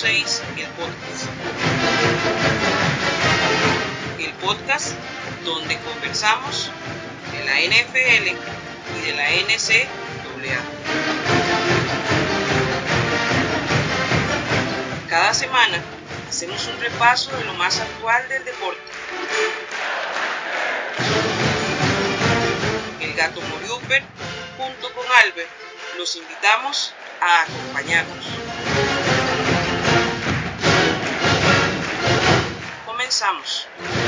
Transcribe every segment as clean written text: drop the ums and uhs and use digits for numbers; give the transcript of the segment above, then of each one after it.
506 el podcast. El podcast donde conversamos de la NFL y de la NCAA. Cada semana hacemos un repaso de lo más actual del deporte. El Gato Moriúper, junto con Albert, los invitamos a acompañarnos. Comenzamos.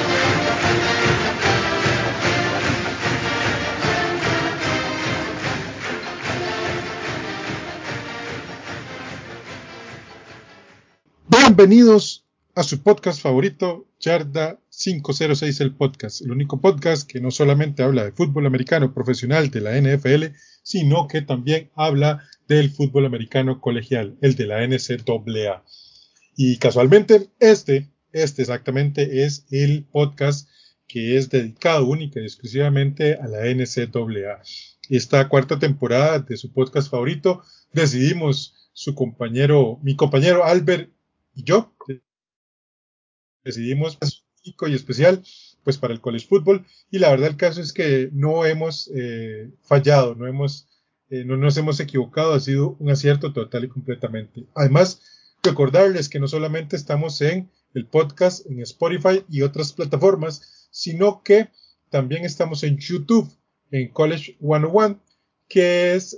Bienvenidos a su podcast favorito, Yarda 506 el podcast, el único podcast que no solamente habla de fútbol americano profesional de la NFL, sino que también habla del fútbol americano colegial, el de la NCAA. Y casualmente este exactamente es el podcast que es dedicado única y exclusivamente a la NCAA. Esta cuarta temporada de su podcast favorito decidimos mi compañero Albert y yo decidimos único y especial pues para el college football, y la verdad el caso es que no hemos fallado, no nos hemos equivocado, ha sido un acierto total y completamente. Además, recordarles que no solamente estamos en el podcast, en Spotify y otras plataformas, sino que también estamos en YouTube, en College 101, que es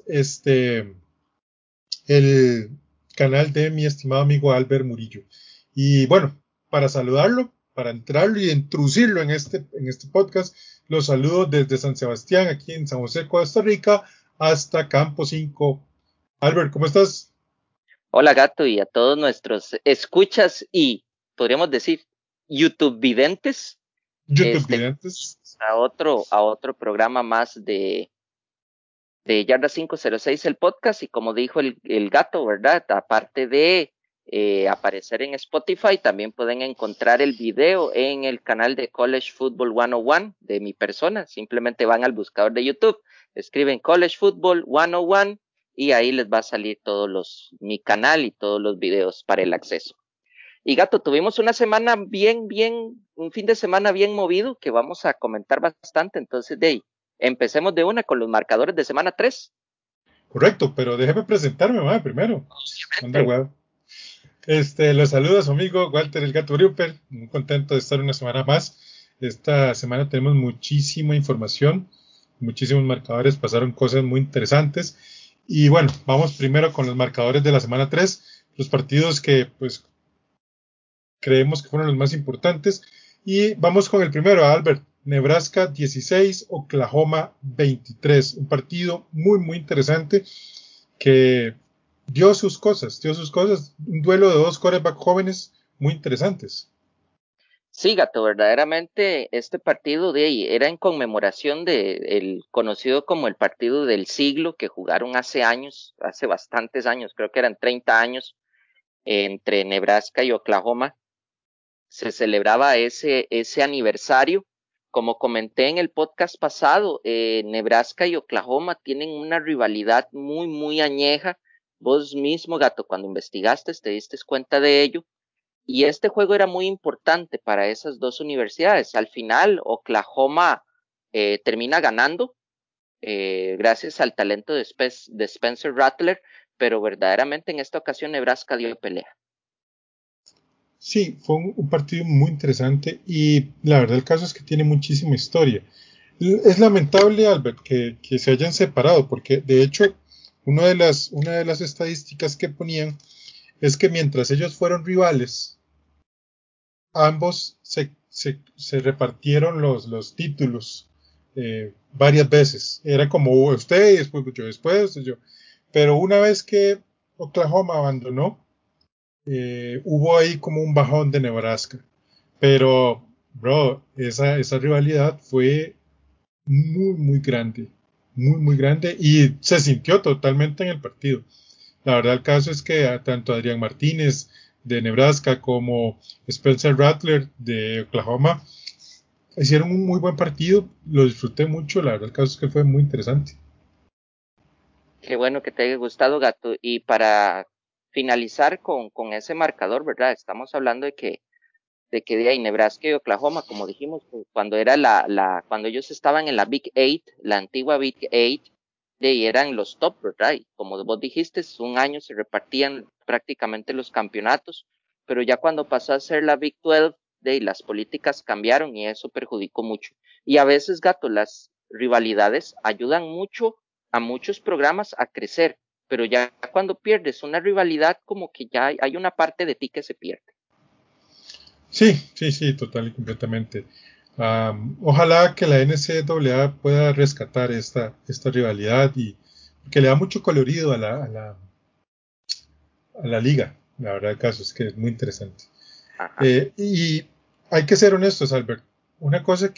el canal de mi estimado amigo Albert Murillo. Y bueno, para saludarlo, para entrarlo y introducirlo en este podcast, los saludo desde San Sebastián, aquí en San José, Costa Rica, hasta Campo 5. Albert, ¿cómo estás? Hola, Gato, y a todos nuestros escuchas y, podríamos decir, YouTube videntes. Videntes. A otro programa más de Yarda 506 el podcast, y como dijo el Gato, ¿verdad? Aparte de aparecer en Spotify, también pueden encontrar el video en el canal de College Football 101 de mi persona. Simplemente van al buscador de YouTube, escriben College Football 101 y ahí les va a salir mi canal y todos los videos para el acceso. Y Gato, tuvimos una semana un fin de semana bien movido que vamos a comentar bastante. Entonces, empecemos de una con los marcadores de semana 3. Correcto, pero déjeme presentarme, primero. Anda, huevo. Los saluda su amigo Walter el Gato Breuper, muy contento de estar una semana más. Esta semana tenemos muchísima información, muchísimos marcadores, pasaron cosas muy interesantes. Y bueno, vamos primero con los marcadores de la semana 3, los partidos que pues creemos que fueron los más importantes. Y vamos con el primero, Albert. Nebraska 16, Oklahoma 23. Un partido muy, muy interesante que dio sus cosas. Un duelo de dos quarterbacks jóvenes muy interesantes. Sí, Gato, verdaderamente este partido era en conmemoración el conocido como el partido del siglo que jugaron hace bastantes años, creo que eran 30 años, entre Nebraska y Oklahoma. Se celebraba ese aniversario. Como comenté en el podcast pasado, Nebraska y Oklahoma tienen una rivalidad muy, muy añeja. Vos mismo, Gato, cuando investigaste, te diste cuenta de ello. Y este juego era muy importante para esas dos universidades. Al final, Oklahoma termina ganando gracias al talento de Spencer Rattler, pero verdaderamente en esta ocasión Nebraska dio pelea. Sí, fue un partido muy interesante y la verdad el caso es que tiene muchísima historia. Es lamentable, Albert, que se hayan separado, porque de hecho una de las estadísticas que ponían es que mientras ellos fueron rivales, ambos se repartieron los títulos varias veces. Era como usted y después yo. Pero una vez que Oklahoma abandonó, hubo ahí como un bajón de Nebraska. Pero, bro, esa rivalidad fue muy, muy grande. Muy, muy grande. Y se sintió totalmente en el partido. La verdad, el caso es que tanto Adrián Martínez de Nebraska como Spencer Rattler de Oklahoma hicieron un muy buen partido. Lo disfruté mucho. La verdad, el caso es que fue muy interesante. Qué bueno que te haya gustado, Gato. Y para finalizar con ese marcador, ¿verdad? Estamos hablando de que de ahí Nebraska y Oklahoma, como dijimos, cuando era cuando ellos estaban en la Big Eight, la antigua Big Eight, de ahí eran los top, ¿verdad? Y como vos dijiste, un año se repartían prácticamente los campeonatos, pero ya cuando pasó a ser la Big 12, de ahí las políticas cambiaron y eso perjudicó mucho. Y a veces, Gato, las rivalidades ayudan mucho a muchos programas a crecer, pero ya cuando pierdes una rivalidad, como que ya hay una parte de ti que se pierde. Sí, sí, sí, total y completamente. Ojalá que la NCAA pueda rescatar esta rivalidad y que le da mucho colorido a la liga. La verdad, el caso es que es muy interesante. Y hay que ser honestos, Albert. Una cosa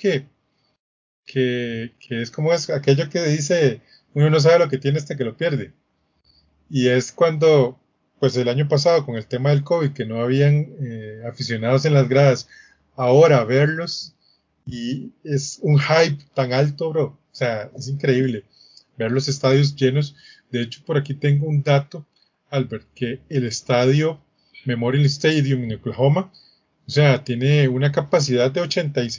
que es como es aquello que dice, uno no sabe lo que tiene hasta que lo pierde. Y es cuando, pues el año pasado, con el tema del COVID, que no habían aficionados en las gradas, ahora verlos y es un hype tan alto, bro. O sea, es increíble ver los estadios llenos. De hecho, por aquí tengo un dato, Albert, que el estadio Memorial Stadium en Oklahoma, o sea, tiene una capacidad de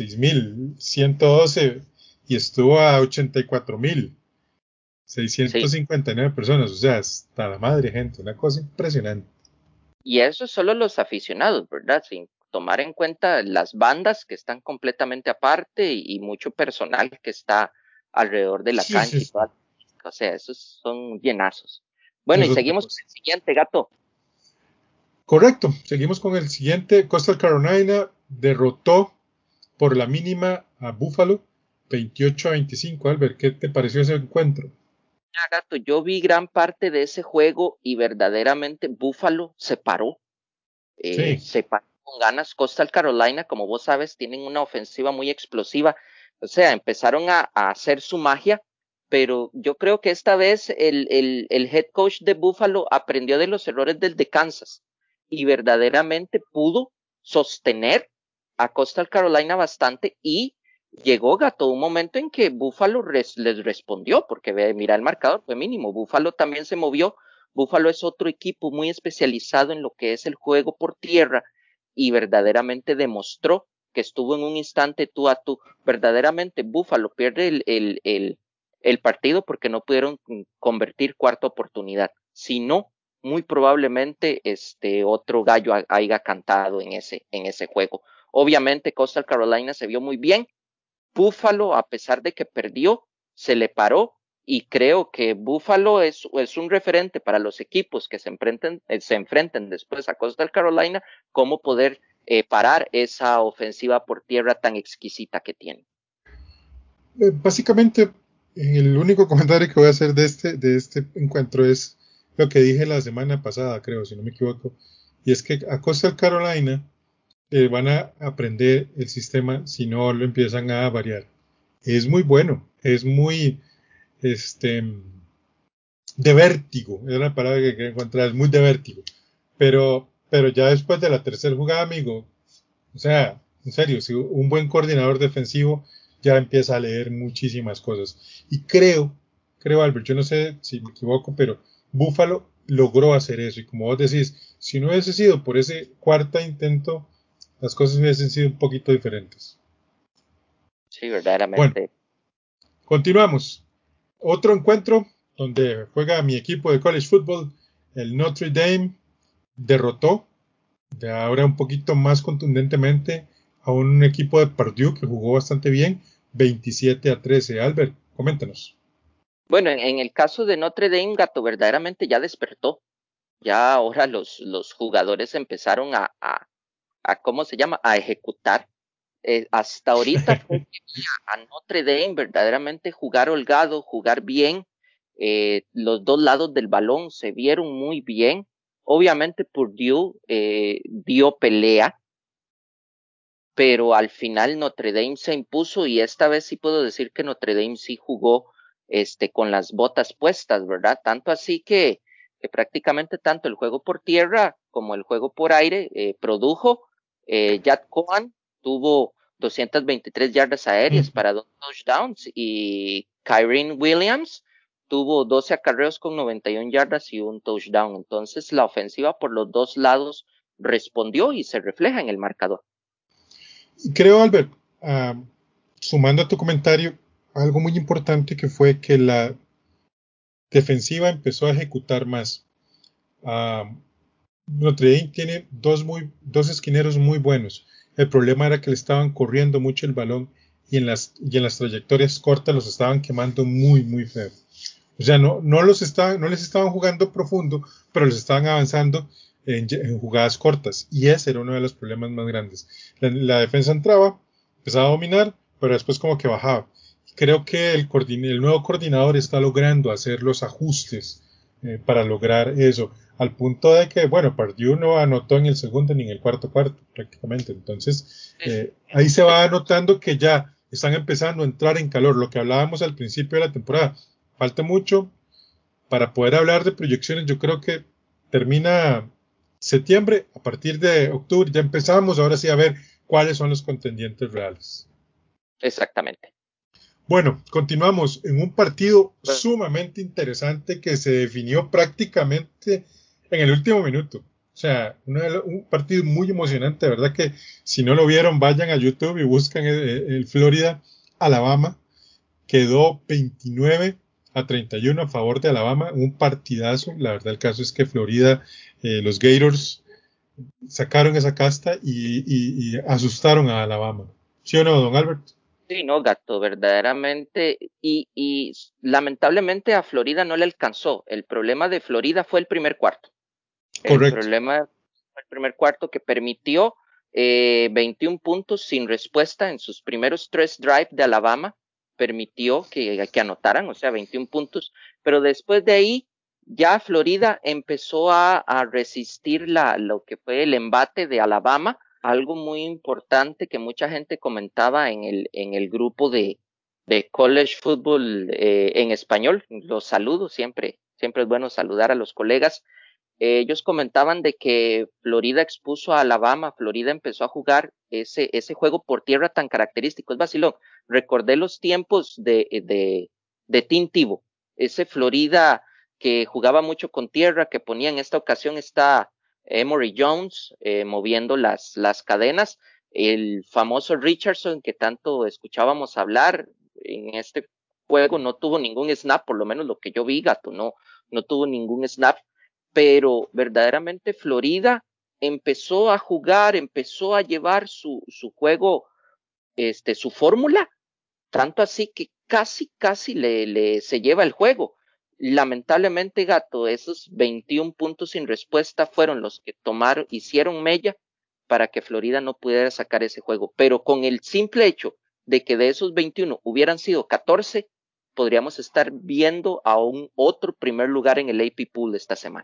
86.112 y estuvo a 84.000. Sí. 659 personas, o sea, hasta la madre, gente, una cosa impresionante. Y eso es solo los aficionados, ¿verdad? Sin tomar en cuenta las bandas que están completamente aparte y mucho personal que está alrededor de la Sí, sí, cancha y sí. toda. O sea, esos son llenazos. Bueno, y Es otra seguimos con cosa. el siguiente, Gato. Correcto, seguimos con el siguiente. Coastal Carolina derrotó por la mínima a Buffalo 28-25. Albert, ¿qué te pareció ese encuentro? Ya, Gato, yo vi gran parte de ese juego y verdaderamente Buffalo se paró. Sí, Se paró con ganas. Coastal Carolina, como vos sabes, tienen una ofensiva muy explosiva. O sea, empezaron a hacer su magia, pero yo creo que esta vez el head coach de Buffalo aprendió de los errores del de Kansas y verdaderamente pudo sostener a Coastal Carolina bastante y llegó, Gato, un momento en que Buffalo les respondió, porque mira el marcador, fue mínimo. Buffalo también se movió. Buffalo es otro equipo muy especializado en lo que es el juego por tierra y verdaderamente demostró que estuvo en un instante tú a tú. Verdaderamente Buffalo pierde el partido porque no pudieron convertir cuarta oportunidad. Si no, muy probablemente otro gallo haya cantado en ese juego. Obviamente Coastal Carolina se vio muy bien. Buffalo, a pesar de que perdió, se le paró y creo que Buffalo es un referente para los equipos que se enfrenten después a Coastal Carolina, cómo poder parar esa ofensiva por tierra tan exquisita que tiene. Básicamente, el único comentario que voy a hacer de este encuentro es lo que dije la semana pasada, creo, si no me equivoco, y es que a Coastal Carolina van a aprender el sistema si no lo empiezan a variar. Es muy bueno, es muy este, de vértigo, es la palabra que quería encontrar, es muy de vértigo. Pero ya después de la tercera jugada, amigo, o sea, en serio, si un buen coordinador defensivo ya empieza a leer muchísimas cosas. Y creo, Albert, yo no sé si me equivoco, pero Buffalo logró hacer eso. Y como vos decís, si no hubiese sido por ese cuarto intento, las cosas hubiesen sido un poquito diferentes. Sí, Bueno, verdaderamente. continuamos. Otro encuentro donde juega mi equipo de college football, el Notre Dame, derrotó de ahora un poquito más contundentemente a un equipo de Purdue que jugó bastante bien, 27-13. Albert, coméntanos. Bueno, en el caso de Notre Dame, Gato verdaderamente ya despertó. Ya ahora los jugadores empezaron ¿cómo se llama? A ejecutar. Hasta ahorita fue que vi a Notre Dame verdaderamente jugar holgado, jugar bien. Los dos lados del balón se vieron muy bien. Obviamente Purdue dio pelea, pero al final Notre Dame se impuso y esta vez sí puedo decir que Notre Dame sí jugó con las botas puestas, ¿verdad? Tanto así que prácticamente tanto el juego por tierra como el juego por aire produjo. Jack Cohen tuvo 223 yardas aéreas para 2 touchdowns y Kyrene Williams tuvo 12 acarreos con 91 yardas y un touchdown. Entonces la ofensiva por los dos lados respondió y se refleja en el marcador. Creo, Albert, sumando a tu comentario, algo muy importante que fue que la defensiva empezó a ejecutar más. Notre Dame tiene dos esquineros muy buenos. El problema era que le estaban corriendo mucho el balón y en las trayectorias cortas los estaban quemando muy, muy feo. O sea, no les estaban jugando profundo, pero les estaban avanzando en jugadas cortas. Y ese era uno de los problemas más grandes. La defensa entraba, empezaba a dominar, pero después como que bajaba. Creo que el nuevo coordinador está logrando hacer los ajustes para lograr eso. Al punto de que, bueno, Purdue no anotó en el segundo ni en el cuarto prácticamente. Entonces, ahí se va notando que ya están empezando a entrar en calor. Lo que hablábamos al principio de la temporada. Falta mucho para poder hablar de proyecciones. Yo creo que termina septiembre. A partir de octubre ya empezamos ahora sí a ver cuáles son los contendientes reales. Exactamente. Bueno, continuamos en un partido sumamente interesante que se definió prácticamente en el último minuto. O sea, un partido muy emocionante, de verdad que si no lo vieron, vayan a YouTube y buscan el Florida-Alabama. Quedó 29-31 a favor de Alabama, un partidazo. La verdad, el caso es que Florida, los Gators, sacaron esa casta y asustaron a Alabama. ¿Sí o no, don Albert? Sí, no, Gato, verdaderamente. Y lamentablemente a Florida no le alcanzó. El problema de Florida fue el primer cuarto. El Correcto. problema fue el primer cuarto que permitió 21 puntos sin respuesta en sus primeros 3 drives de Alabama. Permitió que anotaran, o sea, 21 puntos. Pero después de ahí, ya Florida empezó a resistir lo que fue el embate de Alabama. Algo muy importante que mucha gente comentaba en el grupo de college football en español. Los saludo, siempre es bueno saludar a los colegas. Ellos comentaban de que Florida expuso a Alabama, Florida empezó a jugar ese juego por tierra tan característico. Es vacilón. Recordé los tiempos de Tim Tebow, ese Florida que jugaba mucho con tierra, que ponía en esta ocasión está Emory Jones moviendo las cadenas, el famoso Richardson que tanto escuchábamos hablar en este juego no tuvo ningún snap, por lo menos lo que yo vi, Gato, no tuvo ningún snap, pero verdaderamente Florida empezó a jugar, empezó a llevar su juego, su fórmula, tanto así que casi se lleva el juego. Lamentablemente, Gato, esos 21 puntos sin respuesta fueron los que hicieron mella para que Florida no pudiera sacar ese juego. Pero con el simple hecho de que de esos 21 hubieran sido 14, podríamos estar viendo a un otro primer lugar en el AP Pool esta semana.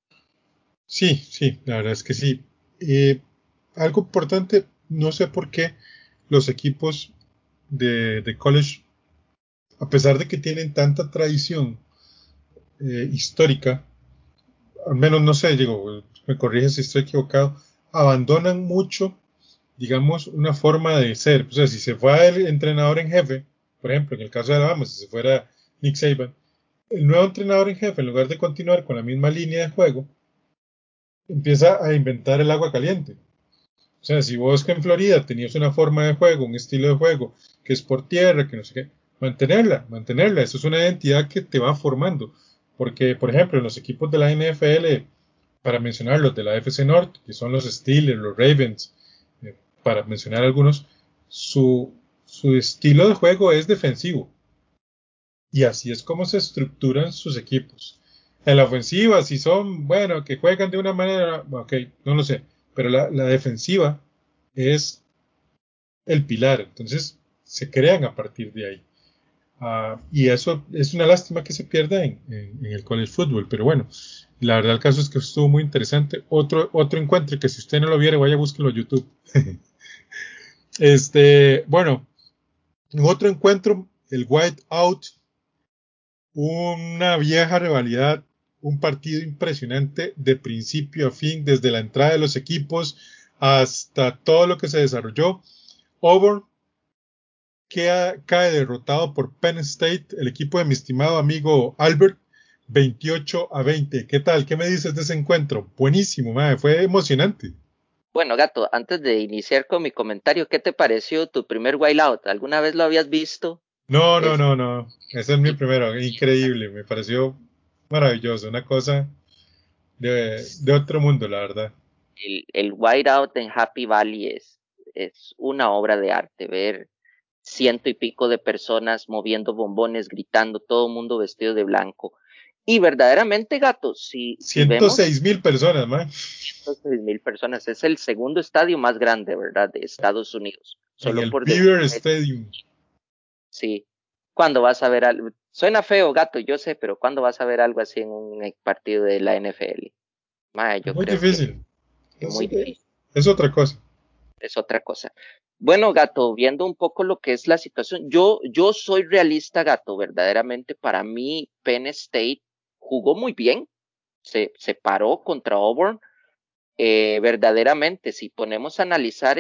Sí, la verdad es que sí. Algo importante, no sé por qué los equipos de college, a pesar de que tienen tanta tradición histórica, al menos no sé, digo, me corrige si estoy equivocado, abandonan mucho, digamos, una forma de ser. O sea, si se fue el entrenador en jefe, por ejemplo, en el caso de Alabama, si se fuera Nick Saban, el nuevo entrenador en jefe, en lugar de continuar con la misma línea de juego, empieza a inventar el agua caliente. O sea, si vos que en Florida tenías una forma de juego, un estilo de juego, que es por tierra, que no sé qué, mantenerla. Eso es una identidad que te va formando. Porque, por ejemplo, en los equipos de la NFL, para mencionar los de la FC North, que son los Steelers, los Ravens, para mencionar algunos, su estilo de juego es defensivo. Y así es como se estructuran sus equipos. En la ofensiva, si son, bueno, que juegan de una manera, ok, no lo sé, pero la defensiva es el pilar, entonces se crean a partir de ahí. Y eso es una lástima que se pierda en el college football, pero bueno, la verdad el caso es que estuvo muy interesante. Otro encuentro que si usted no lo viera, vaya a búsquelo en YouTube. Bueno, en otro encuentro, el White Out, una vieja rivalidad, un partido impresionante de principio a fin, desde la entrada de los equipos hasta todo lo que se desarrolló. Auburn cae derrotado por Penn State, el equipo de mi estimado amigo Albert, 28-20. ¿Qué tal? ¿Qué me dices de ese encuentro? Buenísimo, mae, fue emocionante. Bueno, Gato, antes de iniciar con mi comentario, ¿qué te pareció tu primer Wild ¿Alguna vez lo habías visto? No, no, Es no, no. Ese es mi primero. Increíble. Me pareció maravilloso. Una cosa de otro mundo, la verdad. el Whiteout en Happy Valley es una obra de arte. Ver ciento y pico de personas moviendo bombones, gritando, todo el mundo vestido de blanco. Y verdaderamente, Gato, si vemos 106,000 personas, man. 106,000 personas, es el segundo estadio más grande, ¿verdad?, de Estados Unidos, En solo el por Beaver debajo de... Stadium. Sí. ¿Cuándo vas a ver algo? Suena feo, Gato, yo sé, pero ¿cuándo vas a ver algo así en un partido de la NFL? Yo Muy creo que difícil. es muy difícil. Es otra cosa. Es otra cosa. Bueno, Gato, viendo un poco lo que es la situación, yo soy realista, Gato, verdaderamente para mí Penn State jugó muy bien, se paró contra Auburn, verdaderamente, si ponemos a analizar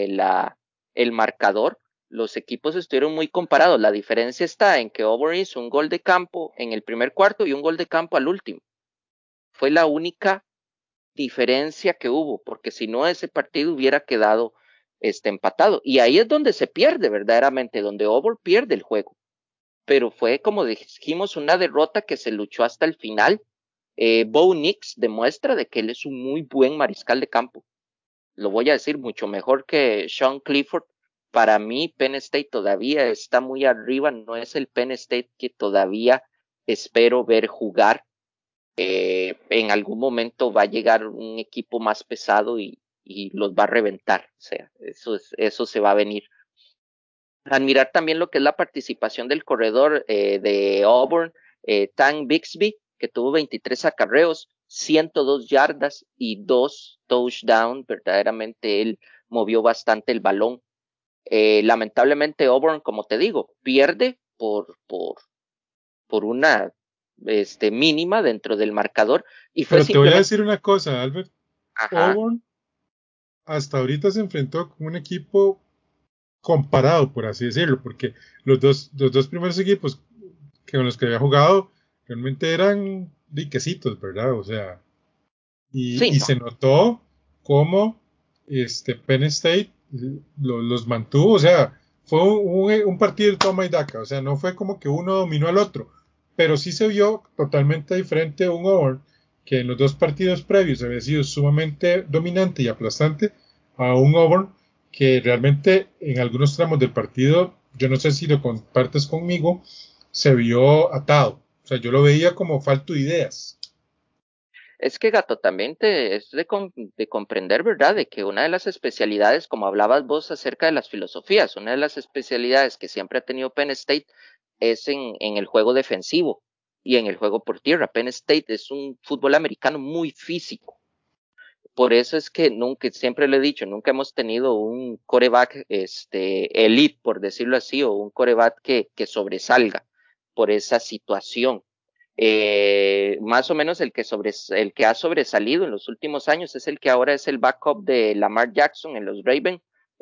el marcador, los equipos estuvieron muy comparados, la diferencia está en que Auburn hizo un gol de campo en el primer cuarto y un gol de campo al último, fue la única diferencia que hubo, porque si no ese partido hubiera quedado empatado. Y ahí es donde se pierde verdaderamente, donde Auburn pierde el juego. Pero fue, como dijimos, una derrota que se luchó hasta el final. Bo Nix demuestra de que él es un muy buen mariscal de campo. Lo voy a decir mucho mejor que Sean Clifford. Para mí, Penn State todavía está muy arriba, no es el Penn State que todavía espero ver jugar. En algún momento va a llegar un equipo más pesado y los va a reventar. O sea, eso se va a venir. Admirar también lo que es la participación del corredor de Auburn, Tank Bixby, que tuvo 23 acarreos, 102 yardas y 2 touchdowns. Verdaderamente él movió bastante el balón. Lamentablemente Auburn, como te digo, pierde por una mínima dentro del marcador y fue Pero te voy a simplemente, decir una cosa, Albert. ajá, Auburn hasta ahorita se enfrentó con un equipo comparado, por así decirlo, porque los dos primeros equipos con los que había jugado realmente eran diquecitos, ¿verdad? O sea, sí, y no, se notó cómo Penn State los mantuvo, o sea, fue un partido de toma y daca, o sea, no fue como que uno dominó al otro, pero sí se vio totalmente diferente a un Auburn que en los dos partidos previos había sido sumamente dominante y aplastante a un Auburn que realmente en algunos tramos del partido, yo no sé si lo compartes conmigo, se vio atado, o sea, yo lo veía como falto de ideas. es que Gato también es de comprender, ¿verdad? De que una de las especialidades, como hablabas vos acerca de las filosofías, una de las especialidades que siempre ha tenido Penn State es en el juego defensivo y en el juego por tierra. Penn State es un fútbol americano muy físico. Por eso es que nunca, siempre lo he dicho, nunca hemos tenido un coreback elite, por decirlo así, o un coreback que sobresalga por esa situación. Más o menos el que ha sobresalido en los últimos años es el que ahora es el backup de Lamar Jackson en los Ravens,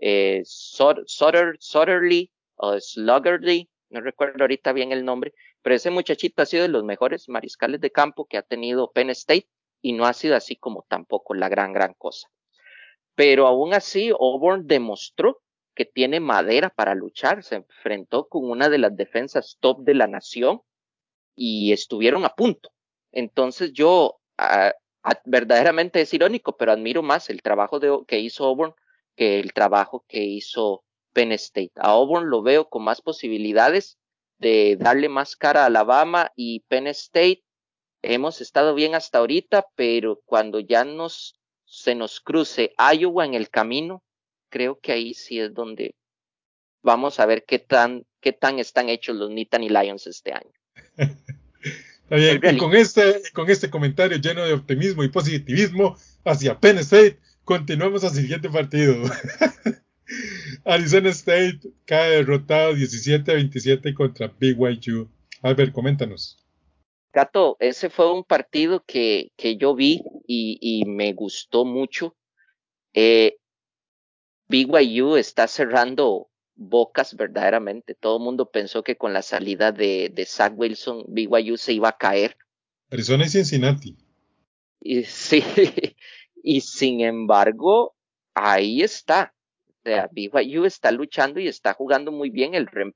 Sutterly o Sluggerly, no recuerdo ahorita bien el nombre, pero ese muchachito ha sido de los mejores mariscales de campo que ha tenido Penn State y no ha sido así como tampoco la gran cosa. Pero aún así, Auburn demostró que tiene madera para luchar, se enfrentó con una de las defensas top de la nación y estuvieron a punto. Entonces yo, verdaderamente es irónico, pero admiro más el trabajo que hizo Auburn que el trabajo que hizo Penn State. A Auburn lo veo con más posibilidades de darle más cara a Alabama y Penn State. Hemos estado bien hasta ahorita, pero cuando ya se nos cruce Iowa en el camino, creo que ahí sí es donde vamos a ver qué tan están hechos los Nittany Lions este año. Está Soy bien, y realista. con este comentario lleno de optimismo y positivismo hacia Penn State, continuamos al siguiente partido. Arizona State cae derrotado 17-27 contra BYU. Albert, coméntanos. Gato, ese fue un partido que yo vi y me gustó mucho. BYU está cerrando bocas verdaderamente. Todo el mundo pensó que con la salida de Zach Wilson, BYU se iba a caer. Arizona y Cincinnati. Y sí, y sin embargo, ahí está. O sea, BYU está luchando y está jugando muy bien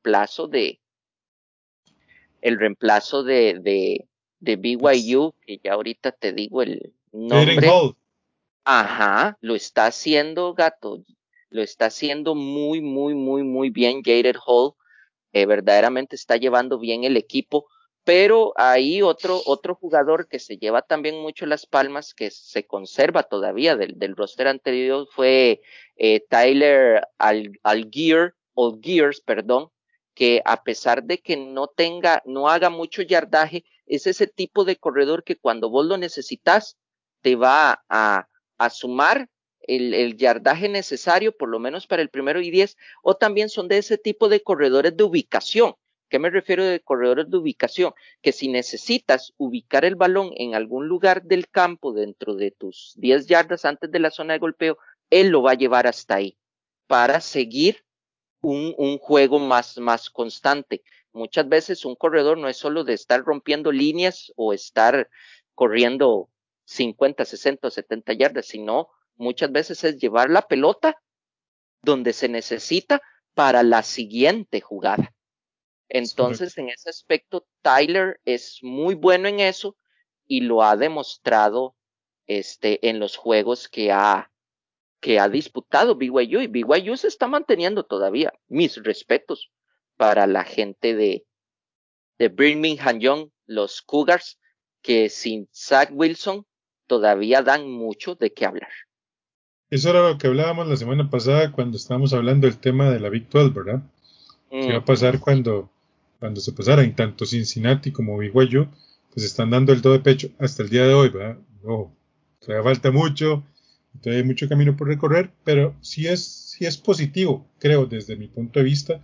el reemplazo de BYU, que ya ahorita te digo el Jaden nombre. Hall. Ajá, lo está haciendo, gato. Lo está haciendo muy, muy, muy, muy bien Jaden Hall. Verdaderamente está llevando bien el equipo, pero hay otro jugador que se lleva también mucho las palmas, que se conserva todavía del roster anterior, fue Tyler Algiers, perdón, que a pesar de que no haga mucho yardaje, es ese tipo de corredor que cuando vos lo necesitas, te va a sumar el yardaje necesario, por lo menos para el 1 y 10, o también son de ese tipo de corredores de ubicación. ¿Qué me refiero de corredores de ubicación? Que si necesitas ubicar el balón en algún lugar del campo dentro de tus 10 yardas antes de la zona de golpeo, él lo va a llevar hasta ahí para seguir un juego más constante. Muchas veces un corredor no es solo de estar rompiendo líneas o estar corriendo 50, 60 o 70 yardas, sino muchas veces es llevar la pelota donde se necesita para la siguiente jugada. Es correcto. Entonces, en ese aspecto, Tyler es muy bueno en eso y lo ha demostrado en los juegos que ha disputado BYU, y BYU se está manteniendo todavía. Mis respetos para la gente de Birmingham Young, los Cougars, que sin Zach Wilson todavía dan mucho de qué hablar. Eso era lo que hablábamos la semana pasada cuando estábamos hablando del tema de la Big 12, ¿verdad? ¿Qué va a pasar cuando se pasara? En tanto Cincinnati como BYU, pues están dando el do de pecho hasta el día de hoy, ¿verdad? No, todavía falta mucho, todavía hay mucho camino por recorrer, pero sí es positivo, creo, desde mi punto de vista,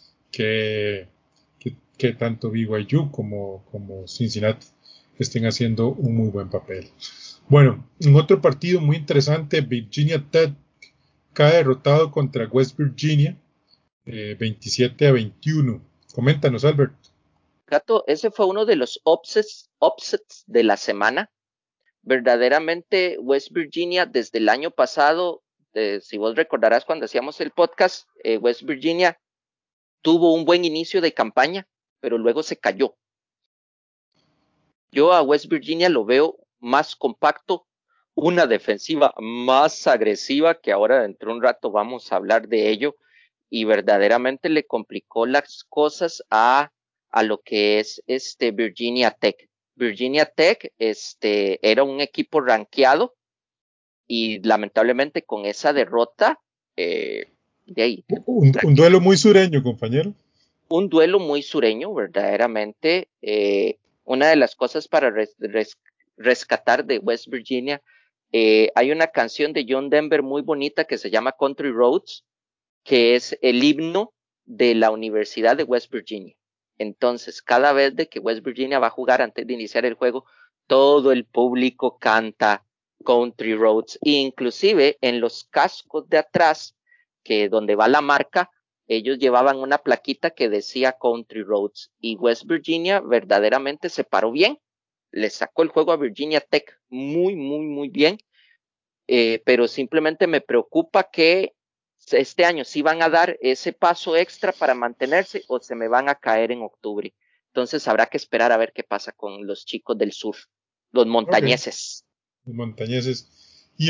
que tanto BYU como Cincinnati estén haciendo un muy buen papel. Bueno, en otro partido muy interesante, Virginia Tech cae derrotado contra West Virginia 27-21. Coméntanos, Albert. Gato, ese fue uno de los upsets de la semana. Verdaderamente, West Virginia desde el año pasado, si vos recordarás cuando hacíamos el podcast, West Virginia tuvo un buen inicio de campaña, pero luego se cayó. Yo a West Virginia lo veo más compacto, una defensiva más agresiva, que ahora dentro de un rato vamos a hablar de ello, y verdaderamente le complicó las cosas a lo que es Virginia Tech. Virginia Tech era un equipo rankeado y lamentablemente con esa derrota, de ahí, Un duelo muy sureño, compañero. un duelo muy sureño, verdaderamente. Una de las cosas para rescatar de West Virginia, hay una canción de John Denver muy bonita que se llama Country Roads, que es el himno de la Universidad de West Virginia. Entonces, cada vez de que West Virginia va a jugar antes de iniciar el juego, todo el público canta Country Roads, inclusive en los cascos de atrás, que donde va la marca, ellos llevaban una plaquita que decía Country Roads, y West Virginia verdaderamente se paró bien, le sacó el juego a Virginia Tech muy, muy, muy bien, pero simplemente me preocupa que este año sí van a dar ese paso extra para mantenerse o se me van a caer en octubre. Entonces habrá que esperar a ver qué pasa con los chicos del sur, los Ok, montañeses. los montañeses. Y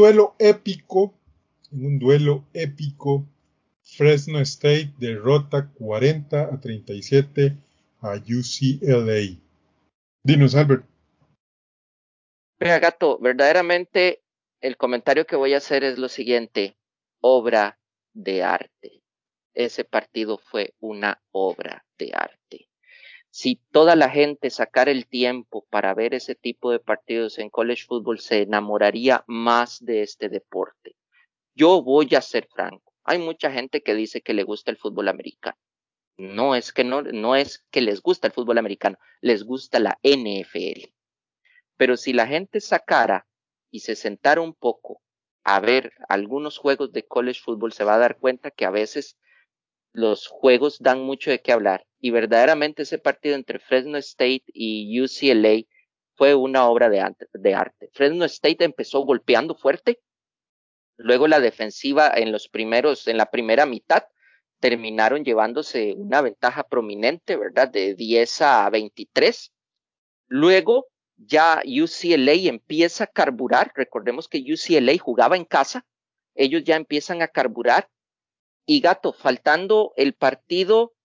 en un duelo épico, Fresno State derrota 40-37 a UCLA. Dinos, Albert. Vea, gato, verdaderamente el comentario que voy a hacer es lo siguiente: obra de arte. Ese partido fue una obra de arte. Si toda la gente sacara el tiempo para ver ese tipo de partidos en college football, se enamoraría más de este deporte. Yo voy a ser franco. Hay mucha gente que dice que le gusta el fútbol americano. No es que les gusta el fútbol americano, les gusta la NFL. Pero si la gente sacara y se sentara un poco a ver algunos juegos de college football, se va a dar cuenta que a veces los juegos dan mucho de qué hablar. Y verdaderamente ese partido entre Fresno State y UCLA fue una obra de arte. Fresno State empezó golpeando fuerte, luego la defensiva en la primera mitad, terminaron llevándose una ventaja prominente, ¿verdad? De 10-23. Luego ya UCLA empieza a carburar. Recordemos que UCLA jugaba en casa. Ellos ya empiezan a carburar. Y gato, faltando el partido,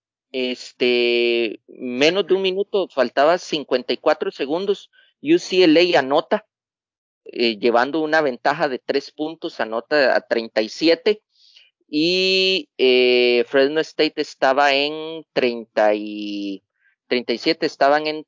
menos de un minuto, faltaba 54 segundos. UCLA anota, llevando una ventaja de 3 puntos, anota a 37. Y Fresno State estaba en 37, estaban en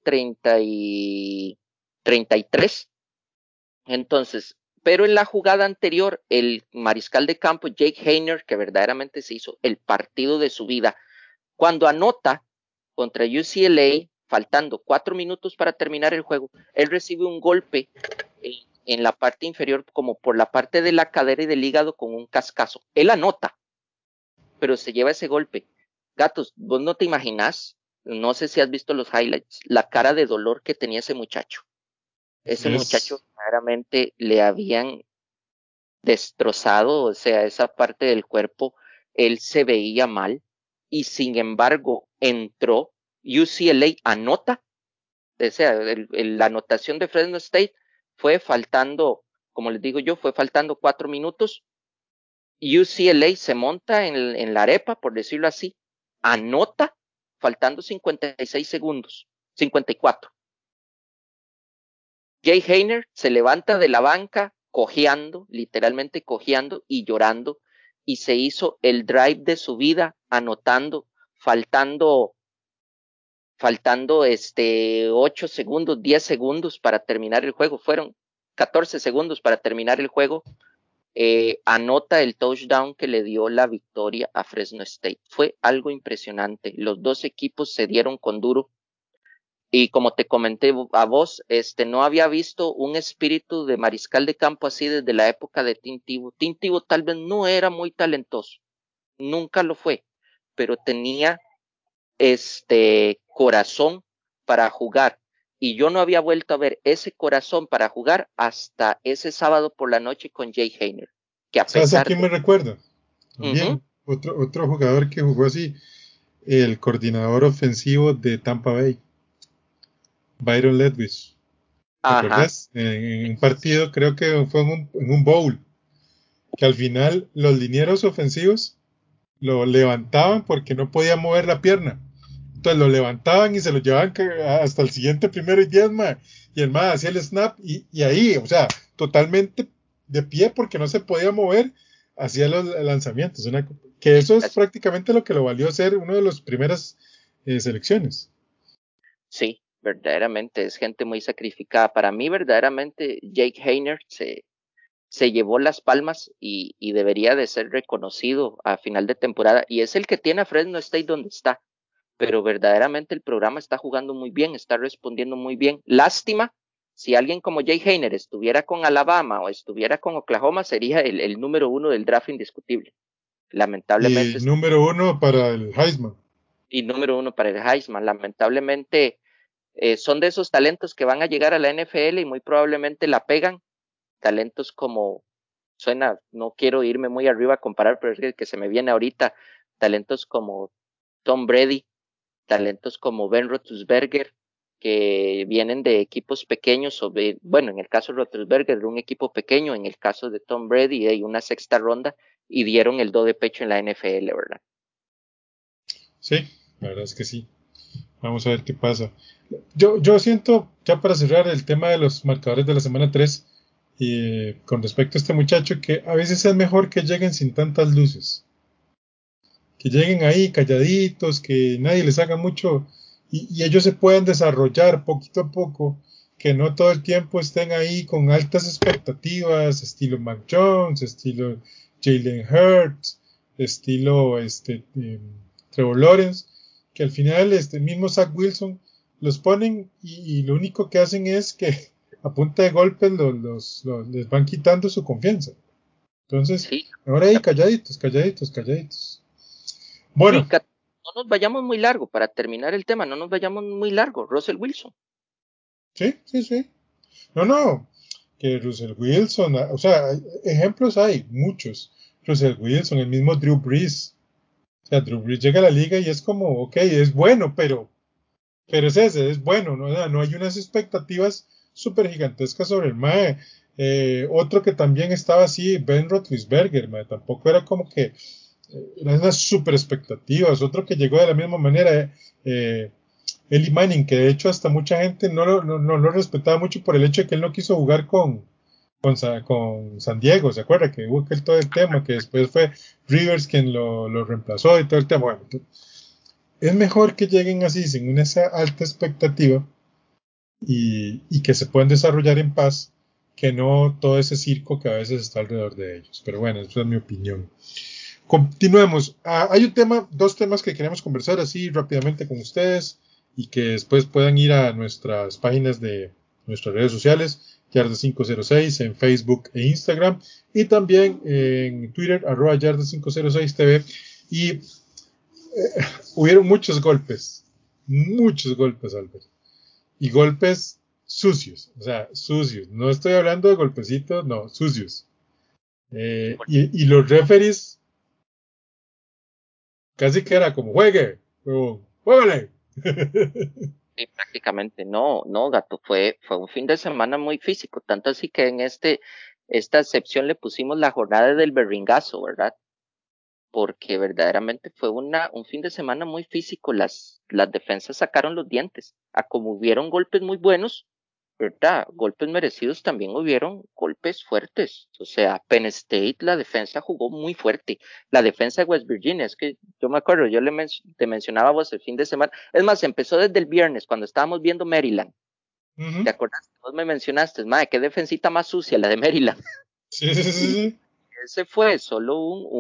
33. Entonces, pero en la jugada anterior, el mariscal de campo Jake Haener, que verdaderamente se hizo el partido de su vida, cuando anota contra UCLA, faltando 4 minutos para terminar el juego, él recibe un golpe en la parte inferior, como por la parte de la cadera y del hígado, con un cascazo. Él anota, pero se lleva ese golpe. Gatos, vos no te imaginás, no sé si has visto los highlights, la cara de dolor que tenía ese muchacho. Ese muchacho claramente le habían destrozado, o sea, esa parte del cuerpo, él se veía mal y sin embargo entró, UCLA anota, o sea, la anotación de Fresno State fue faltando, como les digo yo, fue faltando 4 minutos, UCLA se monta en la arepa, por decirlo así, anota, faltando 56 segundos, 54. Jay Haener se levanta de la banca cojeando, literalmente cojeando y llorando, y se hizo el drive de su vida anotando, faltando 8 segundos, 10 segundos para terminar el juego, fueron 14 segundos para terminar el juego, anota el touchdown que le dio la victoria a Fresno State. Fue algo impresionante, los dos equipos se dieron con duro. Y como te comenté a vos, no había visto un espíritu de mariscal de campo así desde la época de Tim Tebow. Tim Tebow tal vez no era muy talentoso, nunca lo fue, pero tenía corazón para jugar. Y yo no había vuelto a ver ese corazón para jugar hasta ese sábado por la noche con Jay Haener, que a ¿Sabes a pesar quién de... me recuerda? Uh-huh. También, otro jugador que jugó así, el coordinador ofensivo de Tampa Bay, Byron Leftwich. ¿Te Ajá, acuerdas? En un partido, creo que fue en un bowl, que al final los linieros ofensivos lo levantaban porque no podía mover la pierna. Entonces lo levantaban y se lo llevaban hasta el siguiente 1º y 10, ma. Y el ma hacía el snap y ahí, o sea, totalmente de pie porque no se podía mover, hacía los lanzamientos. Que eso es prácticamente lo que lo valió ser uno de las primeras selecciones. sí, verdaderamente es gente muy sacrificada. Para mí, verdaderamente, Jake Haener se llevó las palmas y debería de ser reconocido a final de temporada. Y es el que tiene a Fresno State donde está. Pero verdaderamente el programa está jugando muy bien, está respondiendo muy bien. Lástima, si alguien como Jay Haener estuviera con Alabama o estuviera con Oklahoma, sería el número 1 del draft indiscutible. Y Lamentablemente, número 1 para el Heisman. y número 1 para el Heisman. Lamentablemente, son de esos talentos que van a llegar a la NFL y muy probablemente la pegan. Talentos como, suena, no quiero irme muy arriba a comparar, pero es el que se me viene ahorita, talentos como Tom Brady, talentos como Ben Roethlisberger, que vienen de equipos pequeños, bueno, en el caso de Roethlisberger, de un equipo pequeño, en el caso de Tom Brady, de una sexta ronda, y dieron el do de pecho en la NFL, ¿verdad? Sí, la verdad es que sí. Vamos a ver qué pasa. Yo siento, ya para cerrar el tema de los marcadores de la semana 3, con respecto a este muchacho, que a veces es mejor que lleguen sin tantas luces. Que lleguen ahí calladitos, que nadie les haga mucho y ellos se puedan desarrollar poquito a poco, que no todo el tiempo estén ahí con altas expectativas, estilo Mac Jones, estilo Jalen Hurts, estilo Trevor Lawrence, que al final mismo Zach Wilson los ponen y lo único que hacen es que a punta de golpes les van quitando su confianza. Entonces, Sí, ahora ahí calladitos, calladitos, calladitos. Bueno, no nos vayamos muy largo, para terminar el tema, no nos vayamos muy largo. Russell Wilson. sí. No, que Russell Wilson, o sea, ejemplos hay, muchos. Russell Wilson, el mismo Drew Brees. O sea, Drew Brees llega a la liga y es como, ok, es bueno, pero es bueno, ¿no? O sea, no hay unas expectativas súper gigantescas sobre el MAE. Otro que también estaba así, Ben Roethlisberger, MAE, tampoco era como que eran unas súper expectativas. Otro que llegó de la misma manera, Eli Manning, que de hecho hasta mucha gente no lo respetaba mucho por el hecho de que él no quiso jugar con San Diego, ¿se acuerda? Que hubo todo el tema, que después fue Rivers quien lo reemplazó y todo el tema. Bueno, es mejor que lleguen así, sin esa alta expectativa y que se puedan desarrollar en paz, que no todo ese circo que a veces está alrededor de ellos. Pero bueno, esa es mi opinión. Continuemos. Hay dos temas que queremos conversar así rápidamente con ustedes y que después puedan ir a nuestras páginas de nuestras redes sociales, Yarda506 en Facebook e Instagram y también en Twitter, @Yarda506TV. Y hubieron muchos golpes, Albert. Y golpes sucios, o sea, sucios. No estoy hablando de golpecitos, no, sucios. Y los referees casi que era como, juégale. Sí, prácticamente no, gato, fue un fin de semana muy físico, tanto así que en esta excepción le pusimos la jornada del berringazo, ¿verdad? Porque verdaderamente fue un fin de semana muy físico, las defensas sacaron los dientes, a como hubieron golpes muy buenos, ¿verdad? Golpes merecidos, también hubieron golpes fuertes. O sea, Penn State, la defensa jugó muy fuerte. La defensa de West Virginia, es que yo me acuerdo, te mencionaba a vos el fin de semana. Es más, empezó desde el viernes, cuando estábamos viendo Maryland. Uh-huh. ¿Te acuerdas? Vos me mencionaste, madre, qué defensita más sucia la de Maryland. Sí. Ese fue solo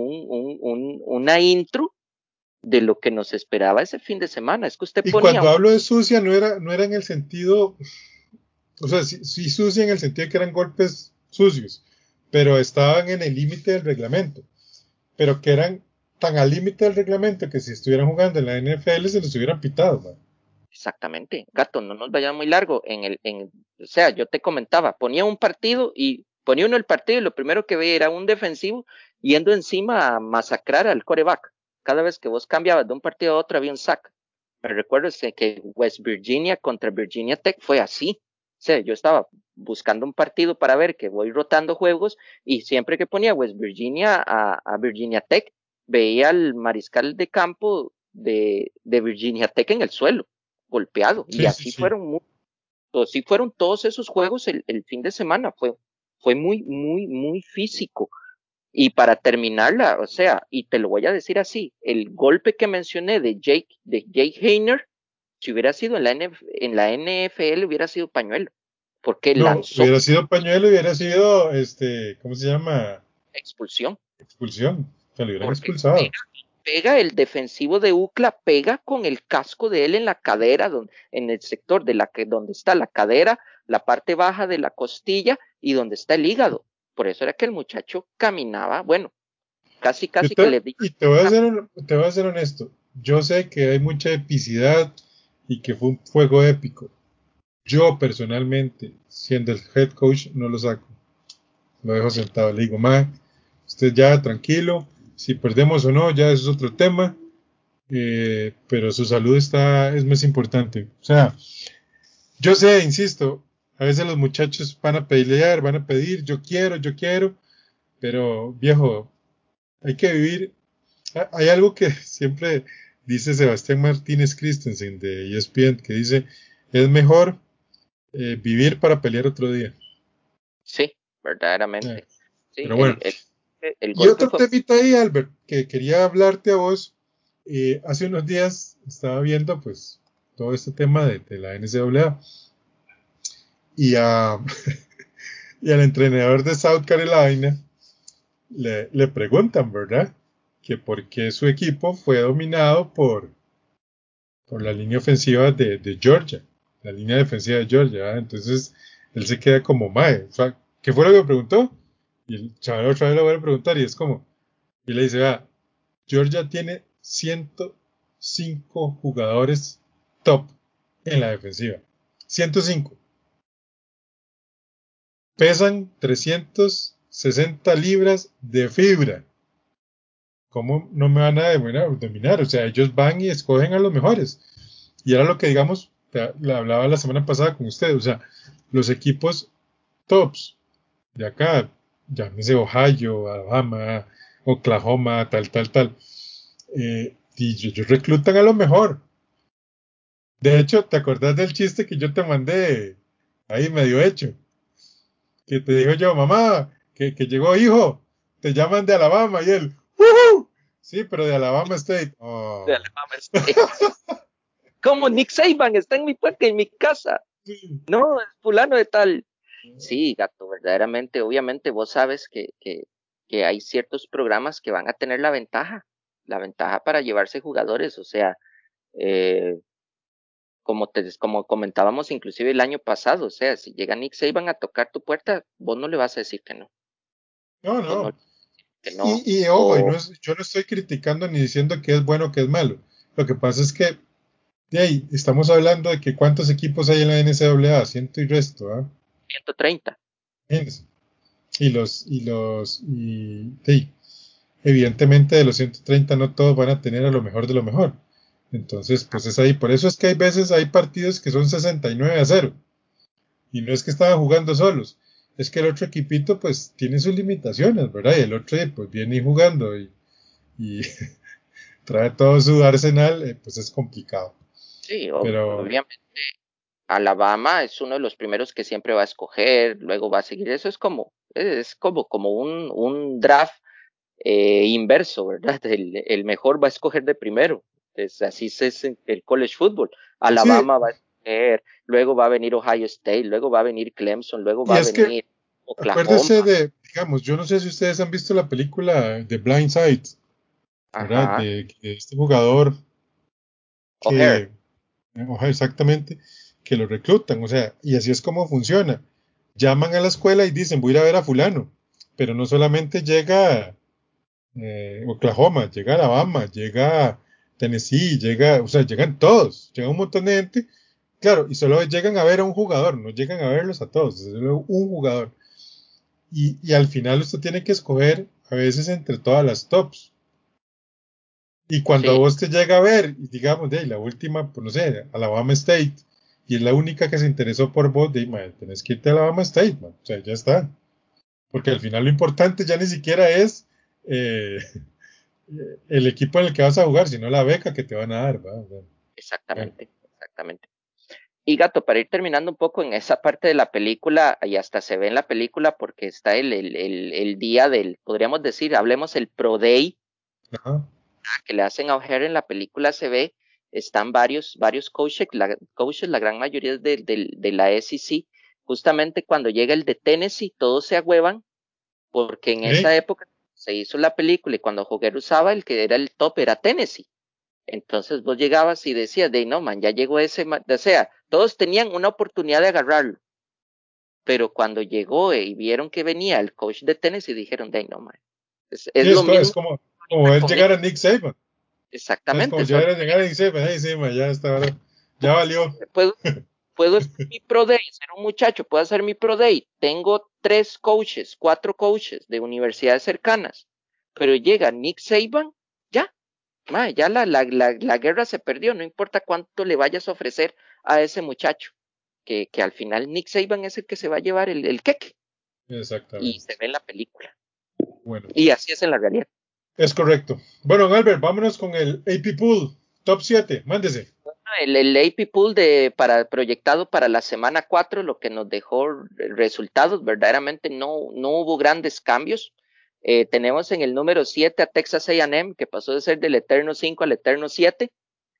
una intro de lo que nos esperaba ese fin de semana. Es que usted Y ponía cuando hablo de sucia, no era en el sentido, o sea, sí sucia en el sentido de que eran golpes sucios, pero estaban en el límite del reglamento, pero que eran tan al límite del reglamento que si estuvieran jugando en la NFL se los hubieran pitado, man. exactamente, gato, no nos vayamos muy largo. O sea, yo te comentaba, ponía un partido y ponía uno el partido y lo primero que veía era un defensivo yendo encima a masacrar al coreback. Cada vez que vos cambiabas de un partido a otro había un sack. Me recuerdo que West Virginia contra Virginia Tech fue así. O sea, yo estaba buscando un partido para ver que voy rotando juegos y siempre que ponía West Virginia a Virginia Tech, veía al mariscal de campo de Virginia Tech en el suelo golpeado. Y así Sí. fueron todos esos juegos el fin de semana. Fue muy físico. Y para terminarla, o sea, y te lo voy a decir así, el golpe que mencioné de Jake Haener, si hubiera sido en la NFL, hubiera sido pañuelo, porque No, lanzó hubiera sido pañuelo, hubiera sido, ¿cómo se llama? expulsión, Expulsión. O sea, lo hubieran porque expulsado. pega el defensivo de UCLA, pega con el casco de él en la cadera, en el sector donde está la cadera, la parte baja de la costilla y donde está el hígado. Por eso era que el muchacho caminaba, bueno, casi que le di. Y te voy a ser honesto. Yo sé que hay mucha epicidad y que fue un juego épico. Yo personalmente, siendo el head coach, no lo saco. Lo dejo sentado. Le digo, ma, usted ya tranquilo. Si perdemos o no, ya eso es otro tema. Pero su salud es más importante. O sea, yo sé, insisto, a veces los muchachos van a pelear, van a pedir, yo quiero, pero viejo, hay que vivir. Hay algo que siempre dice Sebastián Martínez Christensen de ESPN, que dice, es mejor vivir para pelear otro día. Sí, Eh, verdaderamente. Sí, pero bueno, el y golpe otro fue. temita ahí, Albert, que quería hablarte a vos. Hace unos días estaba viendo pues todo este tema de la NCAA y, y al entrenador de South Carolina le preguntan, ¿verdad? Que por qué su equipo fue dominado por la línea ofensiva de Georgia, la línea defensiva de Georgia, ¿verdad? Entonces él se queda como, mae, o sea, ¿qué fue lo que me preguntó? Y el chaval otra vez lo vuelve a preguntar y es como, y le dice, Georgia tiene 105 jugadores top en la defensiva. 105. Pesan 360 libras de fibra. ¿Cómo no me van a dominar? O sea, ellos van y escogen a los mejores. Y era lo que, digamos, le hablaba la semana pasada con ustedes. O sea, los equipos tops de acá, llámese Ohio, Alabama, Oklahoma, tal, y ellos reclutan a lo mejor. De hecho, ¿te acordás del chiste que yo te mandé ahí medio hecho? Que te digo yo, mamá, que llegó hijo, te llaman de Alabama y él, ¡Woohoo! Sí, pero de Alabama State. De Oh. Alabama State. Como Nick Saban está en mi puerta, en mi casa. Sí. No, es fulano de tal. Sí, gato, verdaderamente, obviamente vos sabes que hay ciertos programas que van a tener la ventaja para llevarse jugadores, o sea, eh, como comentábamos inclusive el año pasado, o sea, si llega Nick Saban a tocar tu puerta, vos no le vas a decir que no, No, vos no le no. vas a decir que no, Y ojo, o yo no estoy criticando ni diciendo que es bueno o que es malo. Lo que pasa es que de ahí estamos hablando de que cuántos equipos hay en la NCAA, ciento y resto, ¿ah? 130. Imagínense. Sí, evidentemente de los 130 no todos van a tener a lo mejor de lo mejor. Entonces, pues es ahí. Por eso es que hay veces hay partidos que son 69-0. Y no es que estaban jugando solos. Es que el otro equipito pues tiene sus limitaciones, ¿verdad? Y el otro pues viene y jugando y trae todo su arsenal, pues es complicado. Sí, Pero obviamente Alabama es uno de los primeros que siempre va a escoger, luego va a seguir. Eso como un draft inverso, ¿verdad? El mejor va a escoger de primero. Así es el college football. sí, Alabama va a escoger, luego va a venir Ohio State, luego va a venir Clemson, luego y va a es que venir Oklahoma. acuérdese de, digamos, yo no sé si ustedes han visto la película de Blind Side, ¿verdad? Ajá. De este jugador O'Hare. que, ojalá exactamente, que lo reclutan, o sea, y así es como funciona. Llaman a la escuela y dicen, voy a ir a ver a fulano, pero no solamente llega Oklahoma, llega Alabama, llega Tennessee, o sea, llegan todos, llega un montón de gente, claro, y solo llegan a ver a un jugador, no llegan a verlos a todos, es solo un jugador. Y al final usted tiene que escoger a veces entre todas las tops. Y cuando a Sí, vos te llega a ver, y digamos, de ahí, la última, pues no sé, Alabama State, y es la única que se interesó por vos, de ahí, man, tenés que irte a Alabama State, man. O sea, ya está. Porque al final lo importante ya ni siquiera es eh, el equipo en el que vas a jugar, sino la beca que te van a dar, ¿verdad? Bueno, exactamente. Y gato, para ir terminando un poco en esa parte de la película, y hasta se ve en la película porque está el día podríamos decir, hablemos el Pro Day ajá, que le hacen a O'Hare en la película se ve, están varios coaches, la gran mayoría de la SEC, justamente cuando llega el de Tennessee, todos se agüevan, porque en esa sí, época se hizo la película y cuando O'Hare usaba el que era el top era Tennessee. Entonces vos llegabas y decías, de no, man, ya llegó ese, o sea, todos tenían una oportunidad de agarrarlo, pero cuando llegó y vieron que venía el coach de Tennessee, dijeron, de no, man, es sí, lo es mismo como ver con llegar Nick, a Nick Saban. Es exactamente, como llegar a Nick Saban, ahí sí, man, ya está, ahora, ya valió. puedo, puedo hacer mi Pro Day, ser un muchacho, puedo hacer mi Pro Day. Tengo 3 coaches, 4 coaches de universidades cercanas, pero llega Nick Saban, ya, ya la guerra se perdió, no importa cuánto le vayas a ofrecer a ese muchacho, que al final Nick Saban es el que se va a llevar el queque, y se Exactamente. ve en la película. Bueno, Y así es en la realidad. es correcto. Bueno, Albert, vámonos con el AP Pool. Top 7, mándese. El AP Pool proyectado para la semana 4, lo que nos dejó resultados, verdaderamente no hubo grandes cambios. Tenemos en el número 7 a Texas A&M, que pasó de ser del eterno 5 al eterno 7.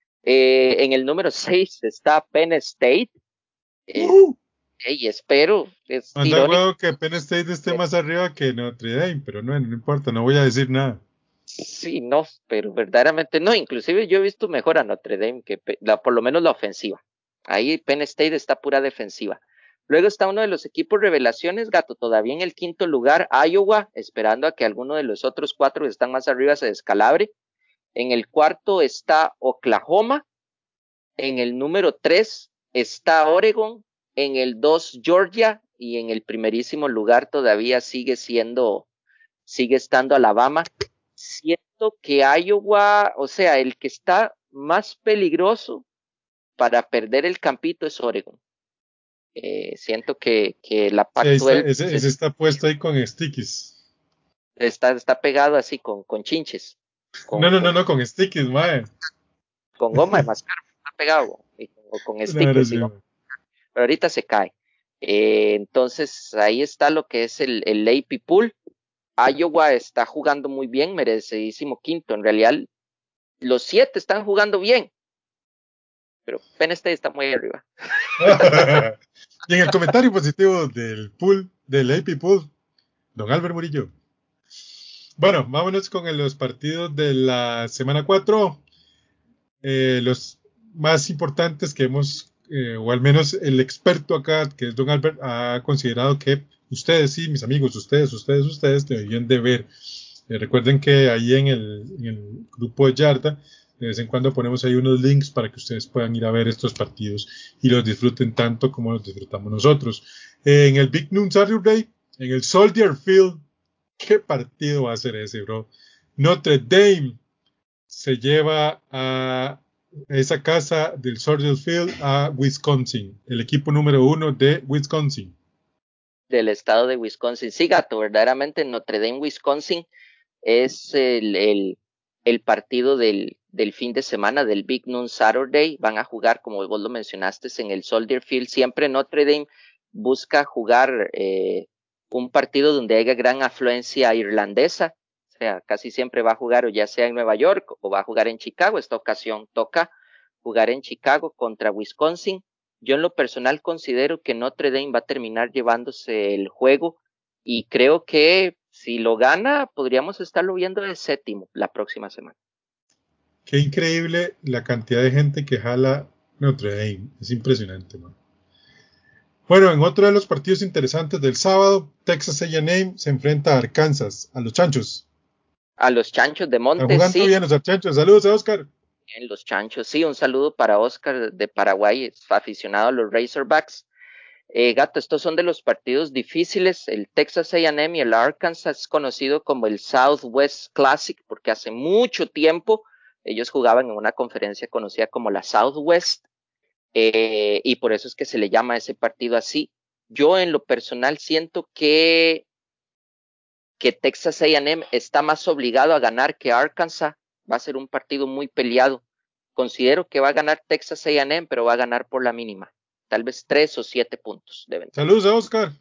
En el número 6 está Penn State. Eh, Uh y espero, es Anda, irónico. huevo, que Penn State esté más arriba que Notre Dame, pero no, no importa, no voy a decir nada. Sí, no, pero verdaderamente no. Inclusive yo he visto mejor a Notre Dame que por lo menos la ofensiva. Ahí Penn State está pura defensiva. Luego está uno de los equipos revelaciones, gato, todavía en el quinto lugar, Iowa, esperando a que alguno de los otros 4 que están más arriba se descalabre. En el cuarto está Oklahoma. En el número 3 está Oregon. En el 2 Georgia. Y en el primerísimo lugar todavía sigue estando Alabama. Siento que Iowa, o sea, el que está más peligroso para perder el campito es Oregon. Siento que la Sí, ahí está, Pac-12 ese está puesto ahí con stickies. está pegado así con chinches, No, con, no, no, con, no, con stickies, mae. con goma de mascar, está pegado, o con No, ahora stickers, sí, mae. pero ahorita se cae. Entonces ahí está lo que es el AP Pool. Iowa está jugando muy bien, merecidísimo quinto. En realidad, los 7 están jugando bien, pero Penn State está muy arriba. Y en el comentario positivo del pool, del AP Pool, don Albert Murillo. Bueno, vámonos con los partidos de la semana 4. Los más importantes que hemos, o al menos el experto acá, que es don Albert, ha considerado que ustedes, sí, mis amigos, ustedes deberían de ver. Recuerden que ahí en el grupo de Yarda, de vez en cuando ponemos ahí unos links para que ustedes puedan ir a ver estos partidos y los disfruten tanto como los disfrutamos nosotros. En el Big Noon Saturday, en el Soldier Field, ¿qué partido va a ser ese, bro? Notre Dame se lleva a esa casa del Soldier Field a Wisconsin, el equipo número 1 de Wisconsin. Del estado de Wisconsin. Sí, gato, verdaderamente Notre Dame, Wisconsin es el partido del fin de semana, del Big Noon Saturday. Van a jugar, como vos lo mencionaste, en el Soldier Field. Siempre Notre Dame busca jugar un partido donde haya gran afluencia irlandesa. O sea, casi siempre va a jugar o ya sea en Nueva York o va a jugar en Chicago. Esta ocasión toca jugar en Chicago contra Wisconsin. Yo en lo personal considero que Notre Dame va a terminar llevándose el juego y creo que si lo gana podríamos estarlo viendo de séptimo la próxima semana. Qué increíble la cantidad de gente que jala Notre Dame. Es impresionante, man. Bueno, en otro de los partidos interesantes del sábado, Texas A&M se enfrenta a Arkansas, a los Chanchos. A los Chanchos de Están Montes, jugando sí, bien los Chanchos. Saludos a Oscar. en los Chanchos, sí, un saludo para Oscar de Paraguay, es aficionado a los Razorbacks. Gato, estos son de los partidos difíciles. El Texas A&M y el Arkansas es conocido como el Southwest Classic porque hace mucho tiempo ellos jugaban en una conferencia conocida como la Southwest y por eso es que se le llama a ese partido así. Yo en lo personal siento que Texas A&M está más obligado a ganar que Arkansas. Va a ser un partido muy peleado. Considero que va a ganar Texas A&M, pero va a ganar por la mínima. Tal vez 3 o 7 puntos de ventaja. Saludos a Oscar.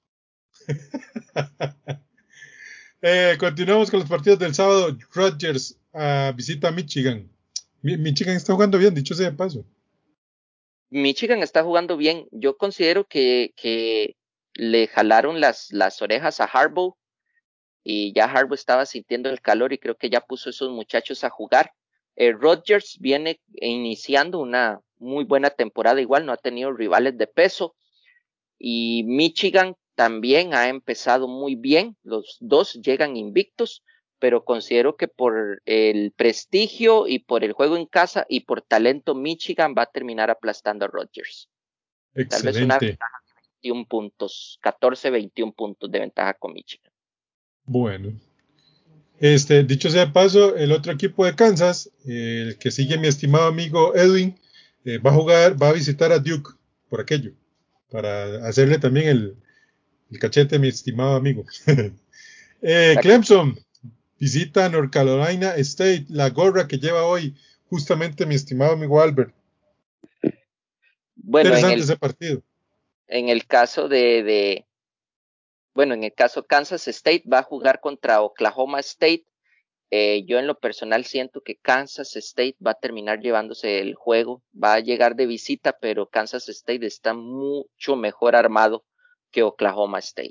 Continuamos con los partidos del sábado. Rutgers visita Michigan. Michigan está jugando bien, dicho sea de paso. Michigan está jugando bien. Yo considero que le jalaron las orejas a Harbaugh y ya Harbaugh estaba sintiendo el calor y creo que ya puso a esos muchachos a jugar. Rutgers viene iniciando una muy buena temporada, igual no ha tenido rivales de peso y Michigan también ha empezado muy bien. Los dos llegan invictos, pero considero que por el prestigio y por el juego en casa y por talento, Michigan va a terminar aplastando a Rutgers. Tal vez una Excelente. ventaja de 21 puntos, 14, 21 puntos de ventaja con Michigan. Bueno. Dicho sea de paso, el otro equipo de Kansas, el que sigue mi estimado amigo Edwin, va a visitar a Duke por aquello, para hacerle también el cachete a mi estimado amigo. Clemson visita a North Carolina State, la gorra que lleva hoy justamente mi estimado amigo Albert. Bueno, Interesante ese partido. en el caso en el caso Kansas State va a jugar contra Oklahoma State. Yo en lo personal siento que Kansas State va a terminar llevándose el juego, va a llegar de visita, pero Kansas State está mucho mejor armado que Oklahoma State.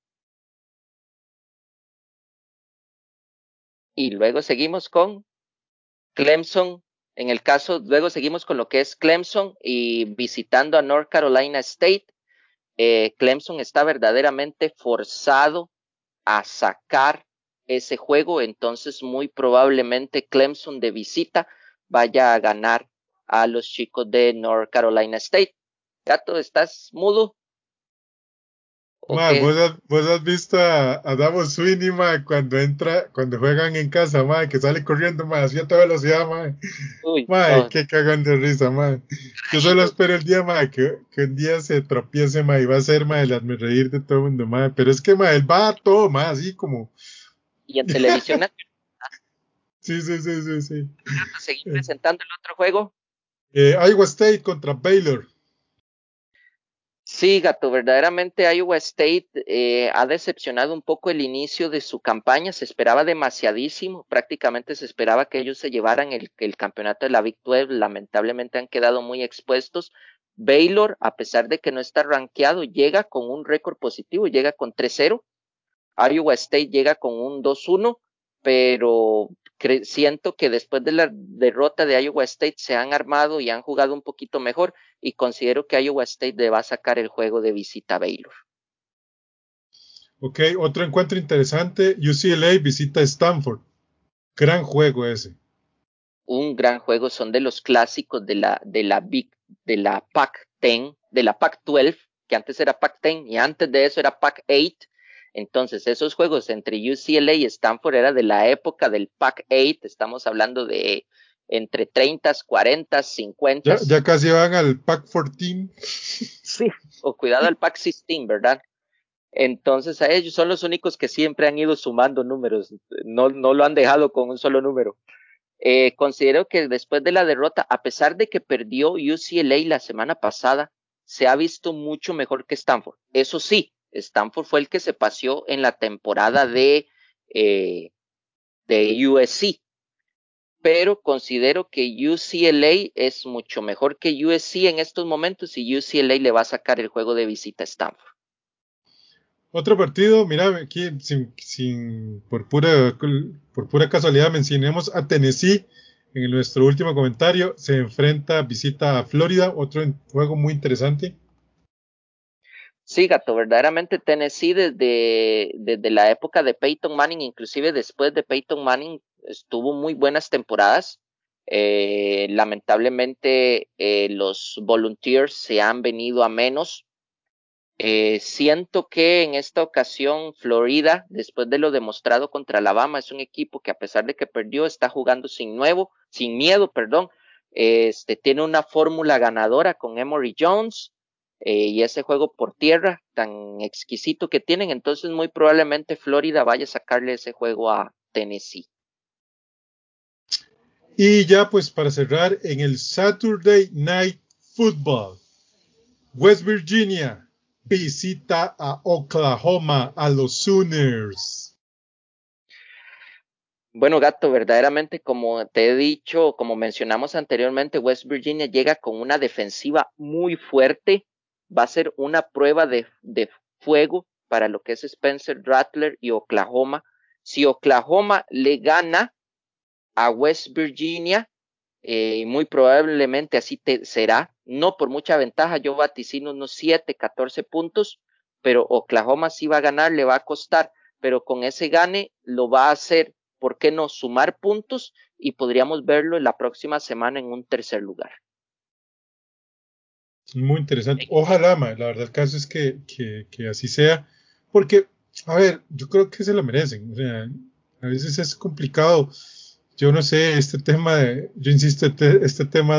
Y luego seguimos con Clemson, luego seguimos con lo que es Clemson y visitando a North Carolina State. Clemson está verdaderamente forzado a sacar ese juego, entonces muy probablemente Clemson de visita vaya a ganar a los chicos de North Carolina State. Gato, ¿estás mudo? ¿O Ma, qué? vos has visto a Davo Sweeney, ma, cuando juegan en casa, ma, que sale corriendo, ma, así a toda velocidad, ma. Uy, Ma, no, qué cagón de risa, ma. Yo solo carajillos. espero el día, ma, que un día se tropiece, ma, y va a ser, ma, el hazme reír de todo el mundo, ma. Pero es que, ma, él va a todo, ma, así como. Y en televisión nacional, Sí, sí, sí, sí, sí. seguir Eh, presentando el otro juego. Iowa State contra Baylor. Sí, Gato, verdaderamente Iowa State ha decepcionado un poco el inicio de su campaña, se esperaba demasiadísimo, prácticamente se esperaba que ellos se llevaran el campeonato de la Big 12, lamentablemente han quedado muy expuestos. Baylor, a pesar de que no está rankeado, llega con un récord positivo, llega con 3-0. Iowa State llega con un 2-1, pero siento que después de la derrota de Iowa State se han armado y han jugado un poquito mejor y considero que Iowa State le va a sacar el juego de visita a Baylor. Ok, otro encuentro interesante. UCLA visita Stanford. Gran juego ese. Un gran juego, son de los clásicos de la Pac-10, de la Pac-12, que antes era Pac-10 y antes de eso era Pac-8. Entonces, esos juegos entre UCLA y Stanford era de la época del Pac-8, estamos hablando de entre 30, 40, 50. Ya casi van al Pac-14. Sí. O cuidado al Pac-16, ¿verdad? Entonces, a ellos son los únicos que siempre han ido sumando números, no lo han dejado con un solo número. Considero que después de la derrota, a pesar de que perdió UCLA la semana pasada, se ha visto mucho mejor que Stanford. Eso sí, Stanford fue el que se paseó en la temporada de USC, pero considero que UCLA es mucho mejor que USC en estos momentos y UCLA le va a sacar el juego de visita a Stanford. Otro partido, mira, aquí por pura casualidad mencionemos a Tennessee en nuestro último comentario. Se enfrenta, visita a Florida, otro juego muy interesante. Sí, Gato, verdaderamente Tennessee desde la época de Peyton Manning, inclusive después de Peyton Manning, estuvo muy buenas temporadas. Lamentablemente los Volunteers se han venido a menos. Siento que en esta ocasión Florida, después de lo demostrado contra Alabama, es un equipo que a pesar de que perdió, está jugando sin miedo, perdón. Tiene una fórmula ganadora con Emory Jones y ese juego por tierra tan exquisito que tienen, entonces muy probablemente Florida vaya a sacarle ese juego a Tennessee. Y ya pues para cerrar, en el Saturday Night Football, West Virginia visita a Oklahoma, a los Sooners. Bueno, Gato, verdaderamente, como te he dicho, como mencionamos anteriormente, West Virginia llega con una defensiva muy fuerte. Va a ser una prueba de fuego para lo que es Spencer Rattler y Oklahoma. Si Oklahoma le gana a West Virginia, muy probablemente así será, no por mucha ventaja, yo vaticino unos 7, 14 puntos, pero Oklahoma sí va a ganar, le va a costar, pero con ese gane lo va a hacer, ¿por qué no? Sumar puntos y podríamos verlo en la próxima semana en un tercer lugar. Muy interesante. Ojalá, ma, la verdad el caso es que así sea, porque, a ver, yo creo que se lo merecen. O sea, a veces es complicado. Yo no sé, yo insisto, este tema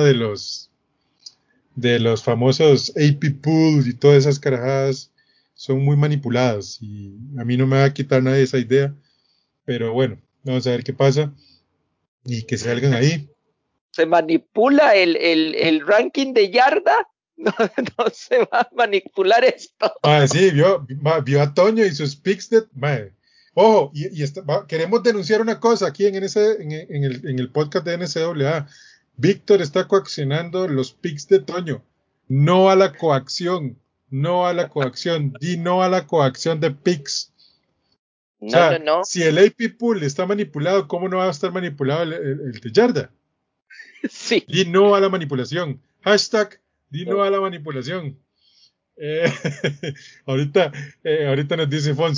de los famosos AP Pools y todas esas carajadas son muy manipuladas y a mí no me va a quitar nadie esa idea, pero bueno, vamos a ver qué pasa y que salgan ahí. ¿Se manipula el ranking de yarda? No, no se va a manipular esto. Sí, vio a Toño y sus picks de. Madre. Ojo, queremos denunciar una cosa aquí en el podcast de NCAA. Víctor está coaccionando los picks de Toño. No a la coacción. No a la coacción. Di no a la coacción de picks. O No, no, sea, no. si el AP Pool está manipulado, ¿cómo no va a estar manipulado el de Yarda? Sí. Di no a la manipulación. Hashtag di no No. a la manipulación. Eh, ahorita, ahorita nos dice Fonso,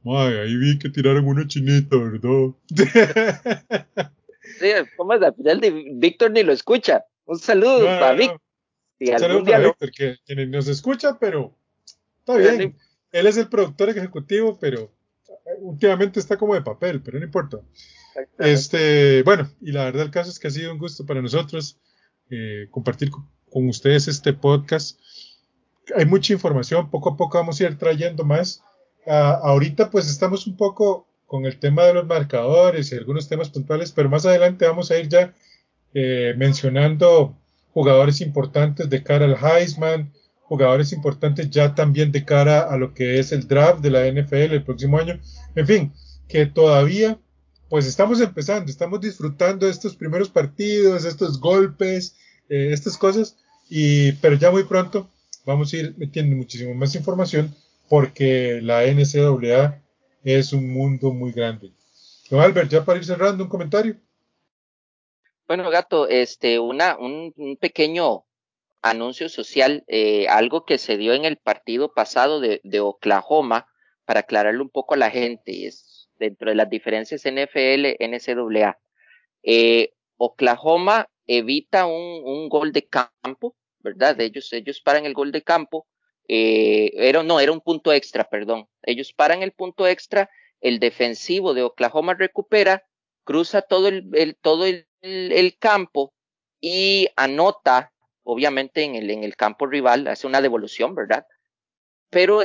Ay, ahí vi que tiraron una chinita, ¿verdad? Sí, ¿cómo es? Al final Víctor ni lo escucha. Un No, saludo para no, Víctor. no. Si Un saludo algún día para lo... Víctor, que ni nos escucha, pero está pero no bien. Él es el productor ejecutivo, pero últimamente está como de papel, pero no importa. exactamente. Bueno, y la verdad el caso es que ha sido un gusto para nosotros compartir con ustedes este podcast. Hay mucha información, poco a poco vamos a ir trayendo más. Ahorita pues estamos un poco con el tema de los marcadores y algunos temas puntuales, pero más adelante vamos a ir ya mencionando jugadores importantes de cara al Heisman, jugadores importantes ya también de cara a lo que es el draft de la NFL el próximo año. En fin, que todavía pues estamos empezando, estamos disfrutando de estos primeros partidos, estos golpes, estas cosas, pero ya muy pronto vamos a ir metiendo muchísimo más información porque la NCAA es un mundo muy grande. Don Albert, ya para ir cerrando, un comentario. Bueno, Gato, un pequeño anuncio social, algo que se dio en el partido pasado de Oklahoma, para aclararle un poco a la gente, y es dentro de las diferencias NFL, NCAA. Oklahoma evita un gol de campo, ¿verdad? Ellos paran el gol de campo, era un punto extra, perdón. Ellos paran el punto extra, el defensivo de Oklahoma recupera, cruza todo el campo y anota, obviamente en el campo rival, hace una devolución, ¿verdad? Pero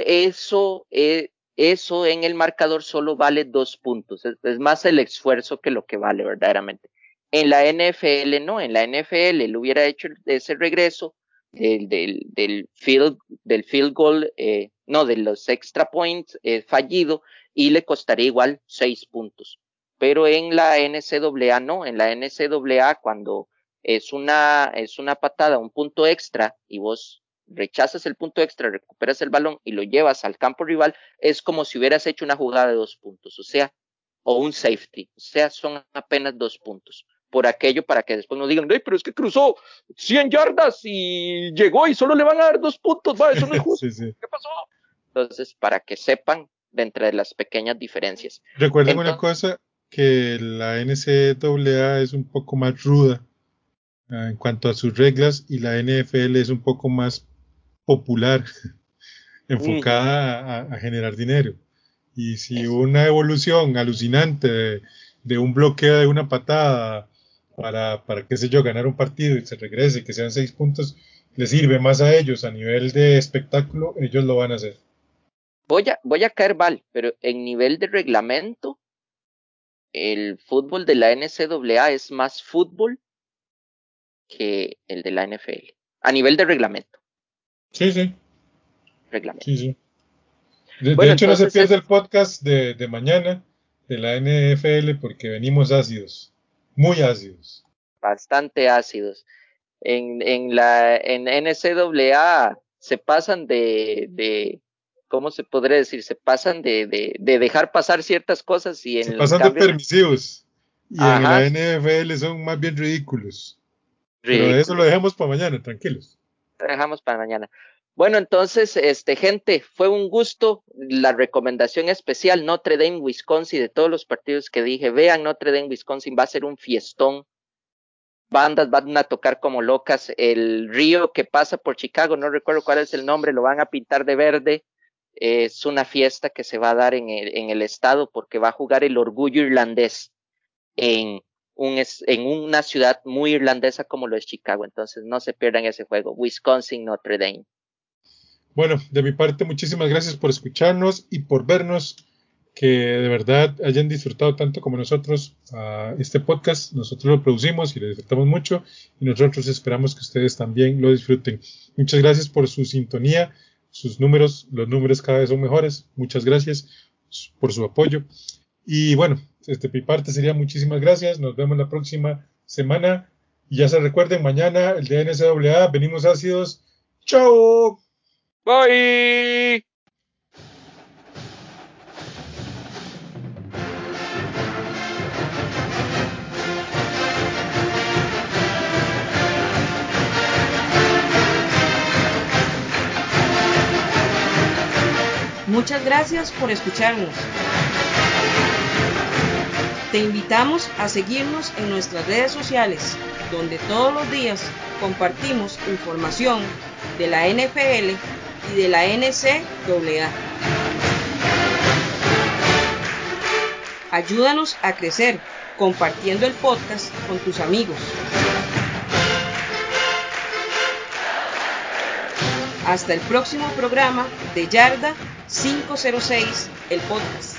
eso en el marcador solo vale 2 puntos. Es más el esfuerzo que lo que vale verdaderamente. En la NFL no, en la NFL él hubiera hecho ese regreso del field goal, no, de los extra points fallido, y le costaría igual 6 puntos. Pero en la NCAA no, en la NCAA cuando es una patada, un punto extra, y vos rechazas el punto extra, recuperas el balón y lo llevas al campo rival, es como si hubieras hecho una jugada de 2 puntos, o un safety, o sea, son apenas 2 puntos. Por aquello, para que después no digan, hey, pero es que cruzó 100 yardas y llegó y solo le van a dar 2 puntos, va, eso no es justo, Sí, sí. ¿qué pasó? Entonces, para que sepan de entre las pequeñas diferencias. Recuerden una Entonces, cosa, que la NCAA es un poco más ruda en cuanto a sus reglas y la NFL es un poco más popular, enfocada a generar dinero. Y si eso. una evolución alucinante de un bloqueo de una patada para, qué sé yo, ganar un partido y se regrese, que sean 6 puntos, les sirve más a ellos a nivel de espectáculo, ellos lo van a hacer. Voy a caer mal, pero en nivel de reglamento, el fútbol de la NCAA es más fútbol que el de la NFL. A nivel de reglamento. Sí, sí, Reglamento. sí, sí. De Bueno, hecho, no se entonces pierde es el podcast de mañana de la NFL porque venimos ácidos, muy ácidos. bastante ácidos. En NCAA se pasan ¿cómo se podría decir? Se pasan de dejar pasar ciertas cosas y Se en pasan de cambio, permisivos y en ajá, la NFL son más bien ridículos. Pero de eso lo ridículos. dejamos para mañana, tranquilos. Dejamos para mañana. Bueno, entonces, gente, fue un gusto. La recomendación especial, Notre Dame, Wisconsin, de todos los partidos que dije, vean Notre Dame, Wisconsin, va a ser un fiestón. Bandas van a tocar como locas. El río que pasa por Chicago, no recuerdo cuál es el nombre, lo van a pintar de verde. Es una fiesta que se va a dar en el estado porque va a jugar el orgullo irlandés en, en una ciudad muy irlandesa como lo es Chicago. Entonces no se pierdan ese juego. Wisconsin, Notre Dame. Bueno, de mi parte, muchísimas gracias por escucharnos y por vernos. Que de verdad hayan disfrutado tanto como nosotros este podcast. Nosotros lo producimos y lo disfrutamos mucho y nosotros esperamos que ustedes también lo disfruten. Muchas gracias por su sintonía, sus números, los números cada vez son mejores. Muchas gracias por su apoyo. Y bueno, de mi parte sería muchísimas gracias. Nos vemos la próxima semana. Y ya se recuerden, mañana el de NCAA, venimos ácidos. ¡Chao! Bye. Muchas gracias por escucharnos. Te invitamos a seguirnos en nuestras redes sociales, donde todos los días compartimos información de la NFL y de la NCAA. Ayúdanos a crecer compartiendo el podcast con tus amigos. Hasta el próximo programa de Yarda 506, el podcast.